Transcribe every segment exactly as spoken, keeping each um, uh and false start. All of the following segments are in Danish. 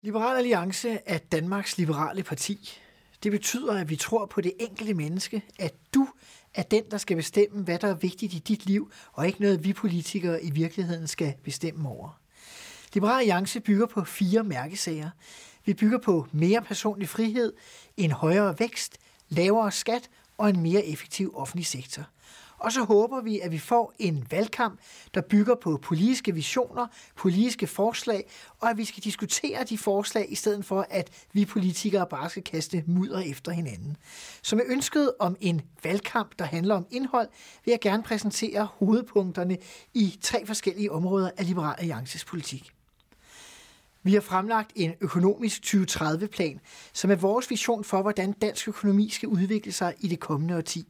Liberal Alliance er Danmarks liberale parti. Det betyder, at vi tror på det enkelte menneske, at du er den, der skal bestemme, hvad der er vigtigt i dit liv, og ikke noget, vi politikere i virkeligheden skal bestemme over. Liberal Alliance bygger på fire mærkesager. Vi bygger på mere personlig frihed, en højere vækst, lavere skat og en mere effektiv offentlig sektor. Og så håber vi, at vi får en valgkamp, der bygger på politiske visioner, politiske forslag, og at vi skal diskutere de forslag, i stedet for, at vi politikere bare skal kaste mudder efter hinanden. Så med ønsket om en valgkamp, der handler om indhold, vil jeg gerne præsentere hovedpunkterne i tre forskellige områder af Liberal Alliances politik. Vi har fremlagt en økonomisk tyve tredive-plan, som er vores vision for, hvordan dansk økonomi skal udvikle sig i det kommende årti.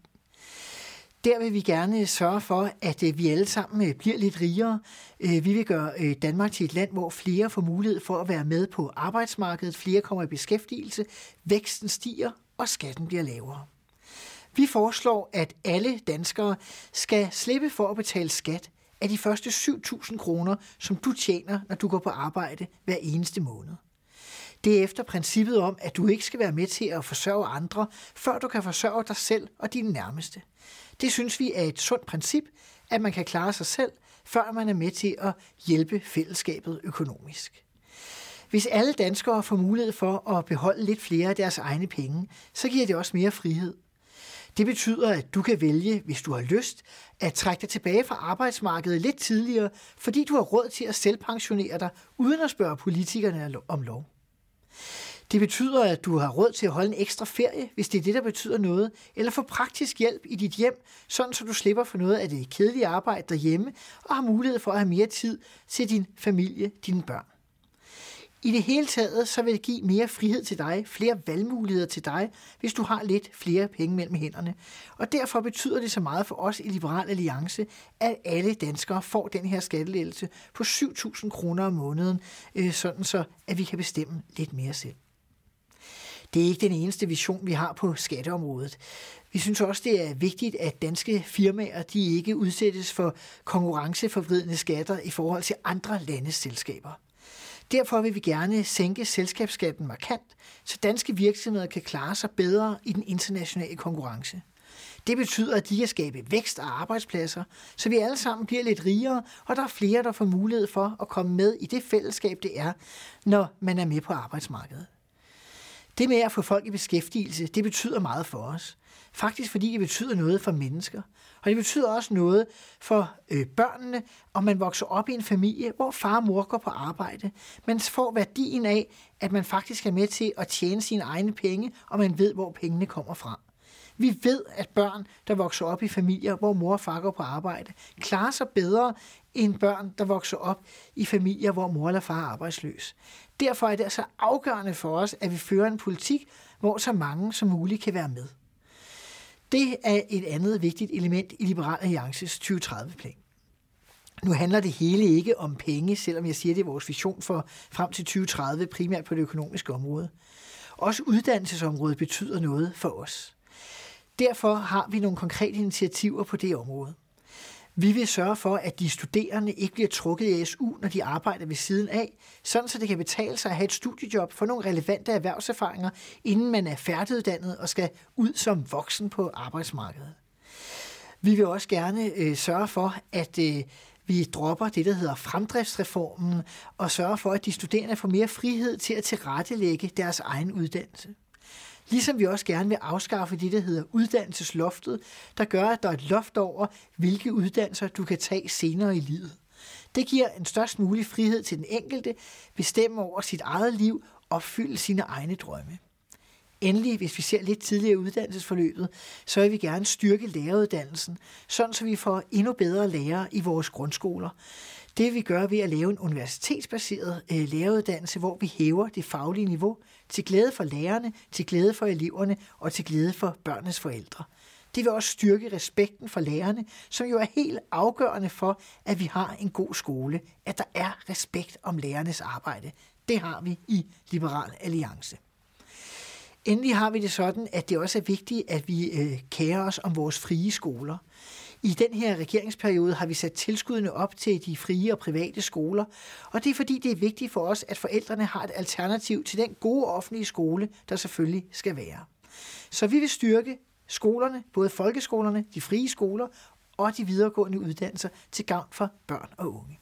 Der vil vi gerne sørge for, at vi alle sammen bliver lidt rigere. Vi vil gøre Danmark til et land, hvor flere får mulighed for at være med på arbejdsmarkedet, flere kommer i beskæftigelse, væksten stiger og skatten bliver lavere. Vi foreslår, at alle danskere skal slippe for at betale skat af de første syv tusind kroner, som du tjener, når du går på arbejde hver eneste måned. Det er efter princippet om, at du ikke skal være med til at forsørge andre, før du kan forsørge dig selv og dine nærmeste. Det synes vi er et sundt princip, at man kan klare sig selv, før man er med til at hjælpe fællesskabet økonomisk. Hvis alle danskere får mulighed for at beholde lidt flere af deres egne penge, så giver det også mere frihed. Det betyder, at du kan vælge, hvis du har lyst, at trække dig tilbage fra arbejdsmarkedet lidt tidligere, fordi du har råd til at selvpensionere dig, uden at spørge politikerne om lov. Det betyder, at du har råd til at holde en ekstra ferie, hvis det er det, der betyder noget, eller få praktisk hjælp i dit hjem, sådan så du slipper for noget af det kedelige arbejde derhjemme, og har mulighed for at have mere tid til din familie, dine børn. I det hele taget, så vil det give mere frihed til dig, flere valgmuligheder til dig, hvis du har lidt flere penge mellem hænderne. Og derfor betyder det så meget for os i Liberal Alliance, at alle danskere får den her skattelettelse på syv tusind kroner om måneden, sådan så at vi kan bestemme lidt mere selv. Det er ikke den eneste vision, vi har på skatteområdet. Vi synes også, det er vigtigt, at danske firmaer de ikke udsættes for konkurrenceforvridende skatter i forhold til andre landes selskaber. Derfor vil vi gerne sænke selskabsskatten markant, så danske virksomheder kan klare sig bedre i den internationale konkurrence. Det betyder, at de kan skabe vækst og arbejdspladser, så vi alle sammen bliver lidt rigere, og der er flere, der får mulighed for at komme med i det fællesskab, det er, når man er med på arbejdsmarkedet. Det med at få folk i beskæftigelse, det betyder meget for os. Faktisk fordi det betyder noget for mennesker. Og det betyder også noget for øh, børnene, om man vokser op i en familie, hvor far og mor går på arbejde. Man får værdien af, at man faktisk er med til at tjene sine egne penge, og man ved, hvor pengene kommer fra. Vi ved, at børn, der vokser op i familier, hvor mor og far går på arbejde, klarer sig bedre end børn, der vokser op i familier, hvor mor eller far er arbejdsløs. Derfor er det så afgørende for os, at vi fører en politik, hvor så mange som muligt kan være med. Det er et andet vigtigt element i Liberal Alliances tyve tredive-plan. Nu handler det hele ikke om penge, selvom jeg siger, det er vores vision for frem til tyve tredive, primært på det økonomiske område. Også uddannelsesområdet betyder noget for os. Derfor har vi nogle konkrete initiativer på det område. Vi vil sørge for, at de studerende ikke bliver trukket i S U, når de arbejder ved siden af, sådan så det kan betale sig at have et studiejob for nogle relevante erhvervserfaringer, inden man er færdiguddannet og skal ud som voksen på arbejdsmarkedet. Vi vil også gerne øh, sørge for, at øh, vi dropper det, der hedder fremdriftsreformen, og sørge for, at de studerende får mere frihed til at tilrettelægge deres egen uddannelse. Ligesom vi også gerne vil afskaffe det, der hedder uddannelsesloftet, der gør, at der er et loft over, hvilke uddannelser du kan tage senere i livet. Det giver en størst mulig frihed til den enkelte, bestemme over sit eget liv, opfylde sine egne drømme. Endelig, hvis vi ser lidt tidligere uddannelsesforløbet, så vil vi gerne styrke læreruddannelsen, sådan så vi får endnu bedre lærere i vores grundskoler. Det vil vi gøre ved at lave en universitetsbaseret øh, læreruddannelse, hvor vi hæver det faglige niveau til glæde for lærerne, til glæde for eleverne og til glæde for børnenes forældre. Det vil også styrke respekten for lærerne, som jo er helt afgørende for, at vi har en god skole, at der er respekt om lærernes arbejde. Det har vi i Liberal Alliance. Endelig har vi det sådan, at det også er vigtigt, at vi øh, kærer os om vores frie skoler. I den her regeringsperiode har vi sat tilskuddene op til de frie og private skoler, og det er fordi, det er vigtigt for os, at forældrene har et alternativ til den gode offentlige skole, der selvfølgelig skal være. Så vi vil styrke skolerne, både folkeskolerne, de frie skoler og de videregående uddannelser til gavn for børn og unge.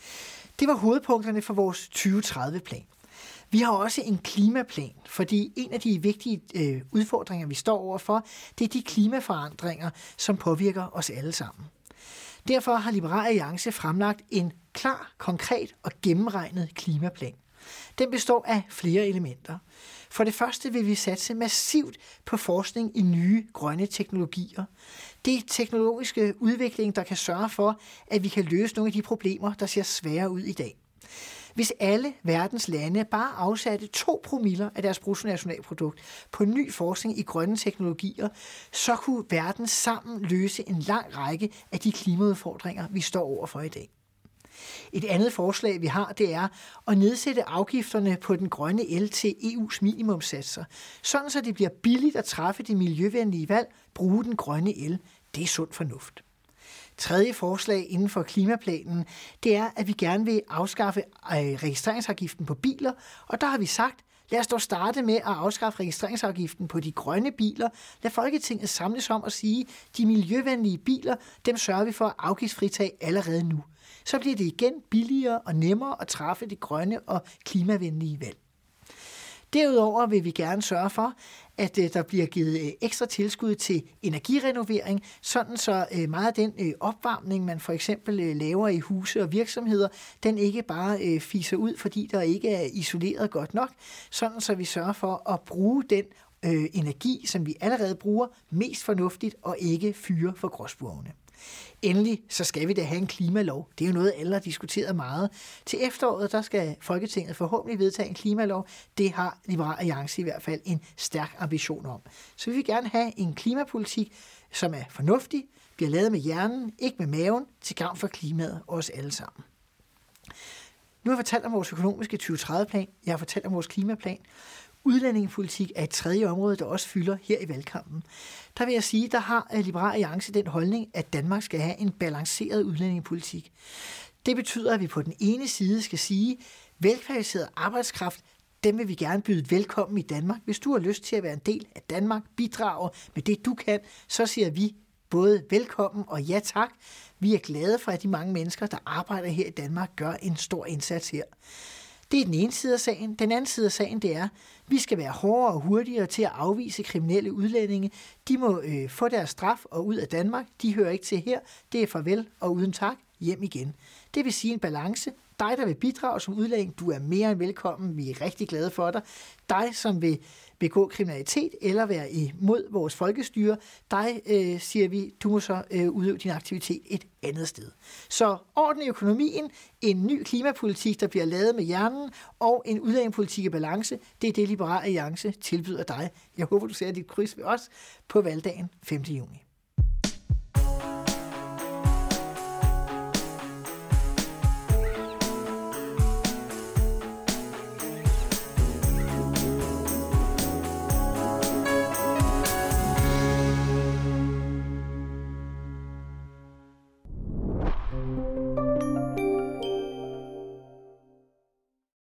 Det var hovedpunkterne for vores tyve tredive-plan. Vi har også en klimaplan, fordi en af de vigtige øh, udfordringer, vi står overfor, det er de klimaforandringer, som påvirker os alle sammen. Derfor har Liberal Alliance fremlagt en klar, konkret og gennemregnet klimaplan. Den består af flere elementer. For det første vil vi satse massivt på forskning i nye grønne teknologier. Det er teknologiske udvikling, der kan sørge for, at vi kan løse nogle af de problemer, der ser svære ud i dag. Hvis alle verdens lande bare afsatte to promiller af deres bruttonationalprodukt på ny forskning i grønne teknologier, så kunne verden sammen løse en lang række af de klimaudfordringer, vi står overfor i dag. Et andet forslag, vi har, det er at nedsætte afgifterne på den grønne el til E U's minimumssatser, sådan så det bliver billigt at træffe det miljøvenlige valg, bruge den grønne el. Det er sund fornuft. Tredje forslag inden for klimaplanen, det er, at vi gerne vil afskaffe registreringsafgiften på biler, og der har vi sagt, lad os dog starte med at afskaffe registreringsafgiften på de grønne biler. Lad Folketinget samles om at sige, de miljøvenlige biler, dem sørger vi for at afgiftsfritage allerede nu. Så bliver det igen billigere og nemmere at træffe de grønne og klimavenlige valg. Derudover vil vi gerne sørge for, at der bliver givet ekstra tilskud til energirenovering, sådan så meget af den opvarmning, man for eksempel laver i huse og virksomheder, den ikke bare fiser ud, fordi der ikke er isoleret godt nok, sådan så vi sørger for at bruge den energi, som vi allerede bruger, mest fornuftigt og ikke fyre for gråspurvene. Endelig så skal vi da have en klimalov. Det er jo noget, alle har diskuteret meget. Til efteråret, der skal Folketinget forhåbentlig vedtage en klimalov. Det har Liberal Alliance i hvert fald en stærk ambition om. Så vi vil gerne have en klimapolitik, som er fornuftig, bliver lavet med hjernen, ikke med maven, til gavn for klimaet og os alle sammen. Nu har jeg fortalt om vores økonomiske tyve tredive-plan. Jeg har fortalt om vores klimaplan. Udlændingepolitik er et tredje område, der også fylder her i valgkampen. Der vil jeg sige, der har Liberal Alliance den holdning, at Danmark skal have en balanceret udlændingepolitik. Det betyder, at vi på den ene side skal sige, velkvalificeret arbejdskraft, dem vil vi gerne byde velkommen i Danmark. Hvis du har lyst til at være en del af Danmark, bidrager med det, du kan, så siger vi både velkommen og ja tak. Vi er glade for, at de mange mennesker, der arbejder her i Danmark, gør en stor indsats her. Det er den ene side af sagen. Den anden side af sagen, det er, at vi skal være hårdere og hurtigere til at afvise kriminelle udlændinge. De må øh, få deres straf og ud af Danmark. De hører ikke til her. Det er farvel og uden tak, hjem igen. Det vil sige en balance. Dig, der vil bidrage som udlænding, du er mere end velkommen. Vi er rigtig glade for dig. Dig, som vil begå kriminalitet eller være imod vores folkestyre, dig øh, siger vi, du må så øh, udøve din aktivitet et andet sted. Så orden i økonomien, en ny klimapolitik, der bliver lavet med hjernen, og en udlændingepolitik i balance, det er det Liberal Alliance tilbyder dig. Jeg håber, du ser dit kryds ved os på valgdagen femte juni.